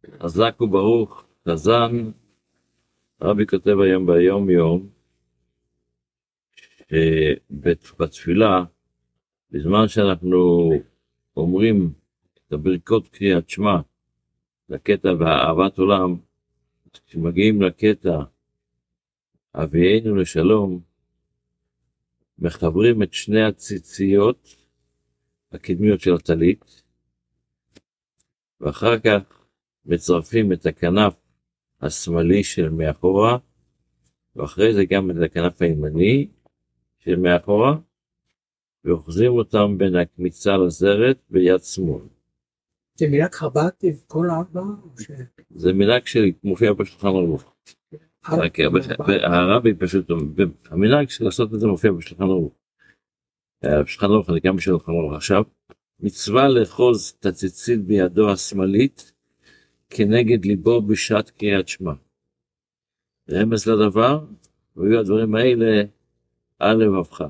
חזק וברוך, חזן. רבי כותב היום ביום יום, שבתפילה, בזמן שאנחנו אומרים את הברכות קריאת שמע, לקטע ואהבת עולם, כשמגיעים לקטע אבינו לשלום, מחברים את שני הציציות הקדמיות של הטלית, ואחר כך מצרפים את הכנף השמאלי של מאחורה, ואחרי זה גם את הכנף הימני של מאחורה, ואוחזים אותם בין הקמיצה לזרת ביד שמאל. זה מנהג חב"ד עם כל ארבע? זה מנהג שמופיע בשולחן ערוך. הרבי פשוט, המנהג של לעשות את זה מופיע בשולחן ערוך. בשולחן ערוך, אני גם בשולחן ערוך עכשיו. מצווה לאחוז את הציצית בידו השמאלית כנגד ליבו בשעת קריאת שמע. רמז לדבר, ויהיו הדברים האלה על לבבך.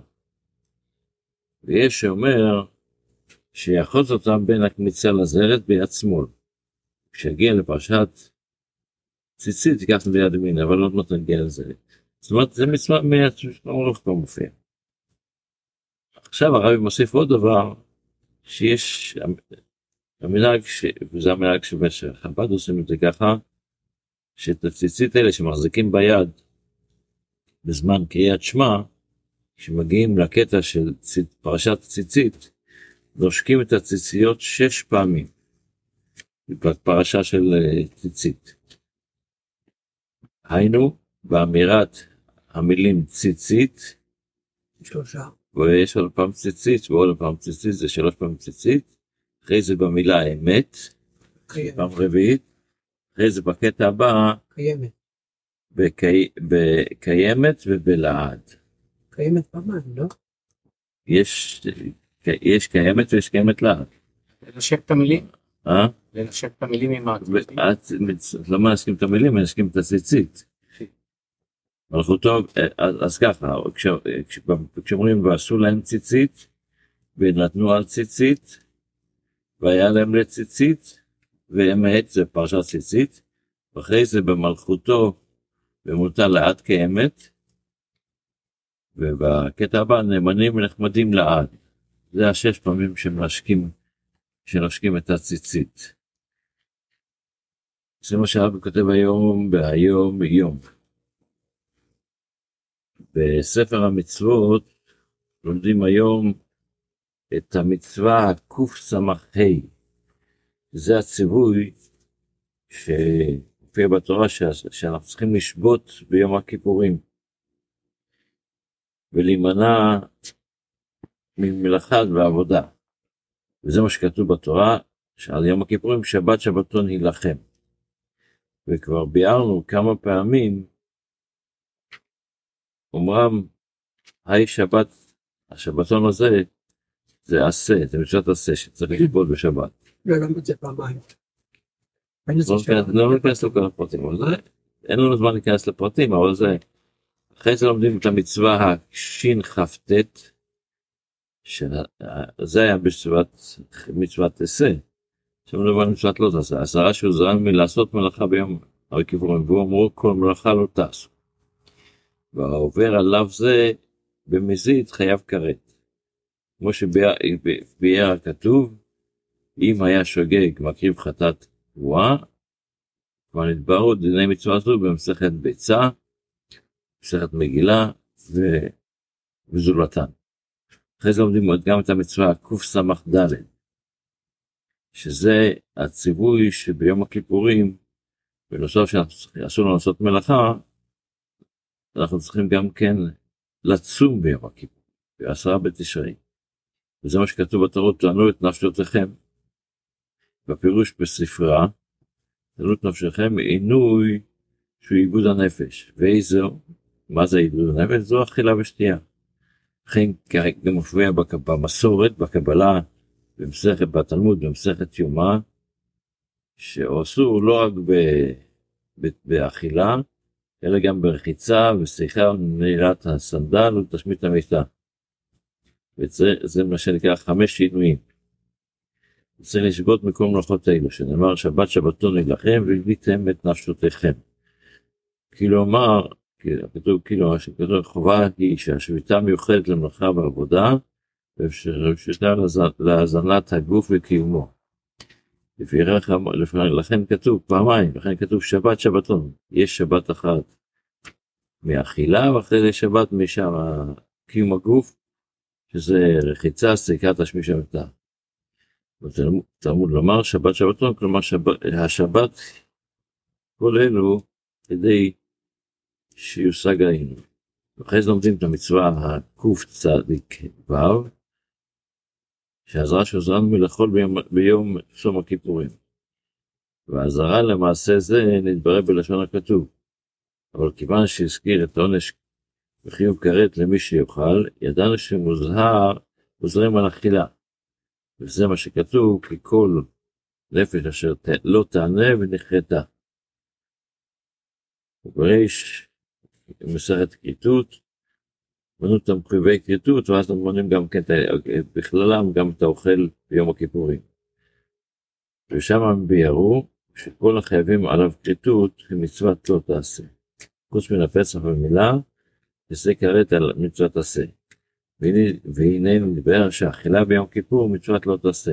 ויש שאומר שיחוז אותם בין הקמיצה לזרת ביד שמאל. כשיגיע לפרשת ציצית, ייקח ביד ימין, אבל לא נגיע לזה. זאת אומרת, זה מצווה מהשולחן ערוך כבר מופיע. עכשיו הרבי מוסיף עוד דבר, שיש המנהג, וזה המנהג שחב"ד עושים את זה ככה, שאת הציצית האלה שמחזיקים ביד בזמן קריאת שמע, כשמגיעים לקטע של פרשת ציצית, נושקים את הציציות 6 פעמים בפרשה של ציצית. היינו באמירת המילים ציצית, 3 ויש עוד פעם ציצית ועוד פעם ציצית, זה 3 פעמים ציצית. אחרי זה במילה אמת, פעם רביעית. אחרי זה בקטע הבא בקיימת ובלעד. קיימת פעמיים, לא? יש קיימת ויש קיימת לעד. לנשק את המילים? לנשק את המילים עם הציצית? לא מנסקים את המילים, מנסקים את הציצית. מלכותו, אז ככה, כשאומרים ועשו להם ציצית, ונתנו על ציצית, והיה להם לציצית, ואמת זה פרשת ציצית, ואחרי זה במלכותו, ומותה לעד קיימת, ובקטע הבא נאמנים ונחמדים לעד. זה 6 פעמים שנשקים את הציצית. זה מה שהרבי כותב היום, בהיום יום. בספר המצוות לומדים היום את המצווה קס"ה. זה הציווי שמופיע בתורה שאנחנו צריכים לשבות ביום הכיפורים ולהימנע ממלאכה ועבודה. וזה מה שכתוב בתורה, שעל יום הכיפורים שבת שבתון להילחם. וכבר ביארנו כמה פעמים, אומרם, היי שבת, השבתון הזה, זה עשה, זה מצוות עשה, שצריך לשבות בשבת. לא למד זה פעמיים. לא ניכנס לכל הפרטים, אבל זה, אין לנו זמן להיכנס לפרטים, אבל זה, אחרי זה לומדים את המצווה השכ"ט, שזה היה מצוות עשה, שם לא בא מצוות לא תעשה, 10 שהוזרם מלעשות מלאכה ביום הכיפורים, והוא אמרו כל מלאכה לא תעשו. והעובר עליו זה במזיד חייב כרת. כמו שביאר הכתוב, אם היה שוגג מקריב חטאת קבועה, כבר נדברו דיני מצווה זו במסכת ביצה, מסכת מגילה וזולתן. אחרי זה לומדים גם את המצווה קס"ד, שזה הציווי שביום הכיפורים, בנוסף שאסור לנו לעשות מלאכה, אנחנו צריכים גם כן לצום ביום הכיפור, ב10 בתשרי. וזה מה שכתוב בתורה, תענו את נפשותיכם. בפירוש בספרה, תענו את נפשכם, עינוי שהוא עיבוד הנפש. ואיזו, מה זה עיבוד הנפש? זו אכילה ושתייה. לכן גם מופיע במסורת, בקבלה, בתלמוד, במסכת יומא, שאסור לא רק באכילה, אלא גם ברחיצה ושיחה ונעילת הסנדל ותשמית המיטה. וזה מה שנקרא 5 שינויים. צריך לשגות מכל מלאכות אלו, שנאמר שבת שבתון להילחם והגליתם את נפשותיכם. כלומר, כתוב כאילו, שכתוב חובה היא שהשביתה מיוחדת למלאכה ועבודה, ואפשרותה להזנת הגוף וקיומו. לכן כתוב פעמיים, לכן כתוב שבת שבתון, יש שבת אחת מאכילה, ואחרי זה שבת משם קיום הגוף, שזה רחיצה, סריקת השמיש המתה. תלמוד לומר שבת שבתון, כלומר השבת, כל אלו כדי שיושג העניין. ואחרי זה לומדים את המצווה הקוף צדיק ו', שהעזרה שעזרנו מלאכול ביום צום הכיפורים. והעזרה למעשה זה נתברר בלשון הכתוב. אבל כיוון שהזכיר את העונש וחיוב כרת למי שיוכל, ידענו שמוזרים על אכילה. וזה מה שכתוב, כי כל נפש אשר לא תענה ונחרטה. ובריש מסכת כריתות, מנו את המחויבי כריתות, ואז מונים גם כן, בכללם גם את האוכל ביום הכיפורים. ושם הם ביארו שכל החייבים עליו כריתות היא מצוות לא תעשה. חוץ מן הפסח ומילה, זה כרת על מצוות עשה. והנה נדבר שהאכילה ביום כיפור מצוות לא תעשה.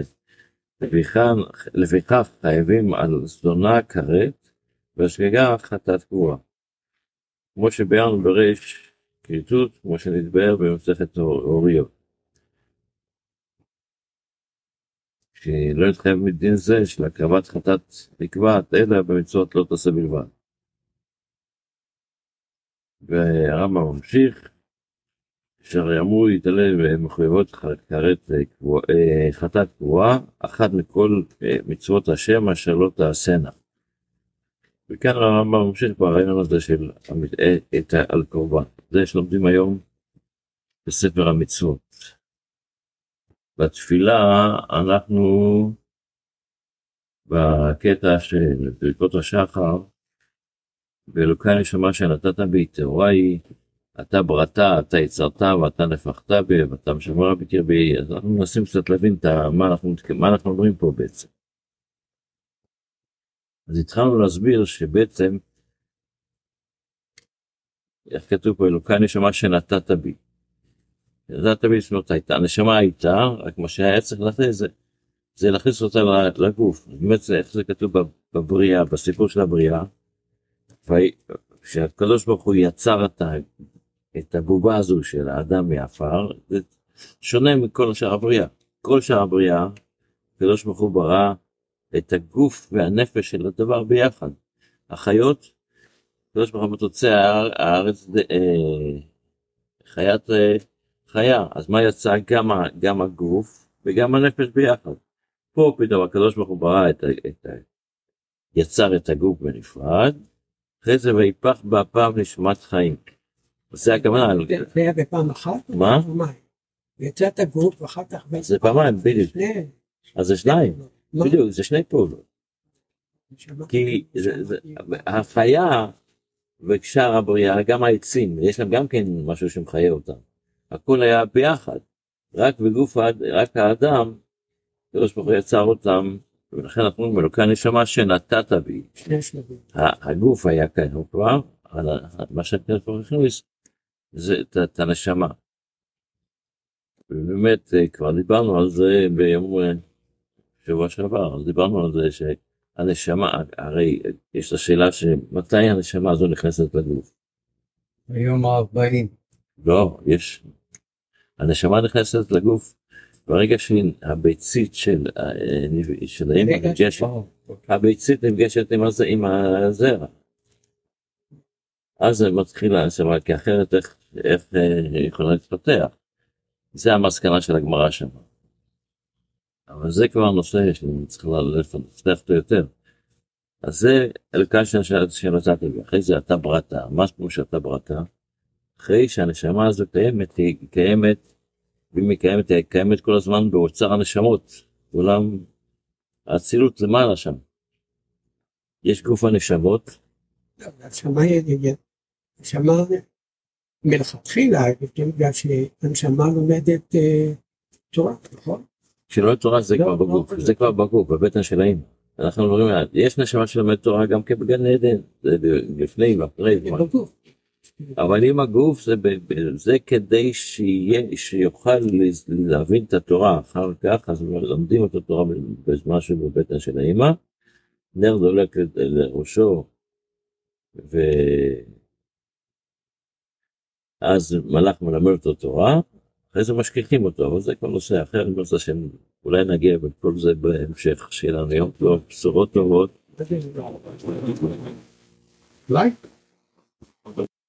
לפיכך חייבים על זדונה כרת, והשגגה חטאת קבועה. כמו שביארנו בריש כריתות, כמו שנתבאר במסכת אוריות. שלא יתחייב מדין זה של הקרבת חטאת נקבעת, אלא במצוות לא תעשה בלבד. והרמב"ם ממשיך, שהרי אמור להתעלל במחויבות חטאת קבועה, אחת מכל מצוות השם אשר לא תעשנה. וכאן הרמב"ם ממשיך ברעיון הזה של על קורבן. זה שלומדים היום בספר המצוות. בתפילה אנחנו בקטע של ברכות השחר, ואלוקי נשמה שנתת בי תורה היא, אתה בראת, אתה יצרת, ואתה נפחת בי, ואתה משמרה בקרבי. אז אנחנו מנסים קצת להבין מה אנחנו אומרים פה בעצם. אז התחלנו להסביר שבעצם, איך כתוב פה, אלוקי נשמה שנתת בי. נתת בי, זאת אומרת, הנשמה הייתה, רק מה שהיה צריך לתת זה להכניס אותה לגוף. באמת, איך זה כתוב בבריאה, בסיפור של הבריאה, שהקדוש ברוך הוא יצר את הבובה הזו של האדם מעפר, זה שונה מכל שאר הבריאה. כל שאר הבריאה, הקדוש ברוך הוא ברא את הגוף והנפש של הדבר ביחד. החיות, הקדוש ברוך הוא תוצא הארץ חיית חיה, אז מה יצא? גם הגוף וגם הנפש ביחד. פה פתאום הקדוש ברוך הוא ברא יצר את הגוף בנפרד, אחרי זה ויפח באפיו נשמת חיים. זה הכוונה. זה היה בפעם אחת? מה? יצא את הגוף ואחר כך... זה פעמיים, בדיוק. אז זה שניים. בדיוק, זה שני פעולות. כי החיה ושאר הבריאה, גם העצים, יש להם גם כן משהו שמחיה אותם. הכל היה ביחד. רק בגוף, רק האדם, הקדוש ברוך הוא יצר אותם, ולכן אנחנו אומרים, אלוקי הנשמה שנתת בי. הגוף היה כאן, הוא כבר, מה שהקדוש ברוך הוא הכניס, זה את הנשמה. ובאמת, כבר דיברנו על זה ביום שבוע שעבר, אז דיברנו על זה שהנשמה, הרי יש את השאלה שמתי הנשמה הזו נכנסת לגוף. ביום 40. לא, הנשמה נכנסת לגוף, ברגע שהביצית של האמא נפגשת, הביצית נפגשת עם הזרע. אז זה מתחיל הנשמה, כי אחרת איך יכולה להתפתח. זה המסקנה של הגמרא שם. אבל זה כבר נושא שצריך לפתח אותו יותר. אז זה אלוקי שנתת בי. אחרי זה אתה בראת, מה כמו שאתה בראת, אחרי שהנשמה הזו קיימת, היא קיימת כל הזמן באוצר הנשמות, אולם האצילות למעלה שם. יש גוף הנשמות. הנשמה מלכתחילה, בגלל שהנשמה לומדת תורה, נכון? שלומד תורה זה לא, כבר לא, בגוף, לא. זה כבר בגוף, בבטן של האמא. אנחנו אומרים, יש נשמה שלומד תורה גם כבגן עדן, זה לפני ואחרי, זה בגוף. אבל עם הגוף זה כדי שיוכל להבין את התורה אחר כך, אז לומדים את התורה בזמן שהוא בבטן של האמא, נר דולק לראשו, ואז מלאך מלמד אותו תורה, אחרי זה משכיחים אותו, אבל זה כבר נושא אחר, אני רוצה שאולי נגיע בכל זה בהמשך, שיהיה לנו יום טוב, בשורות טובות. Like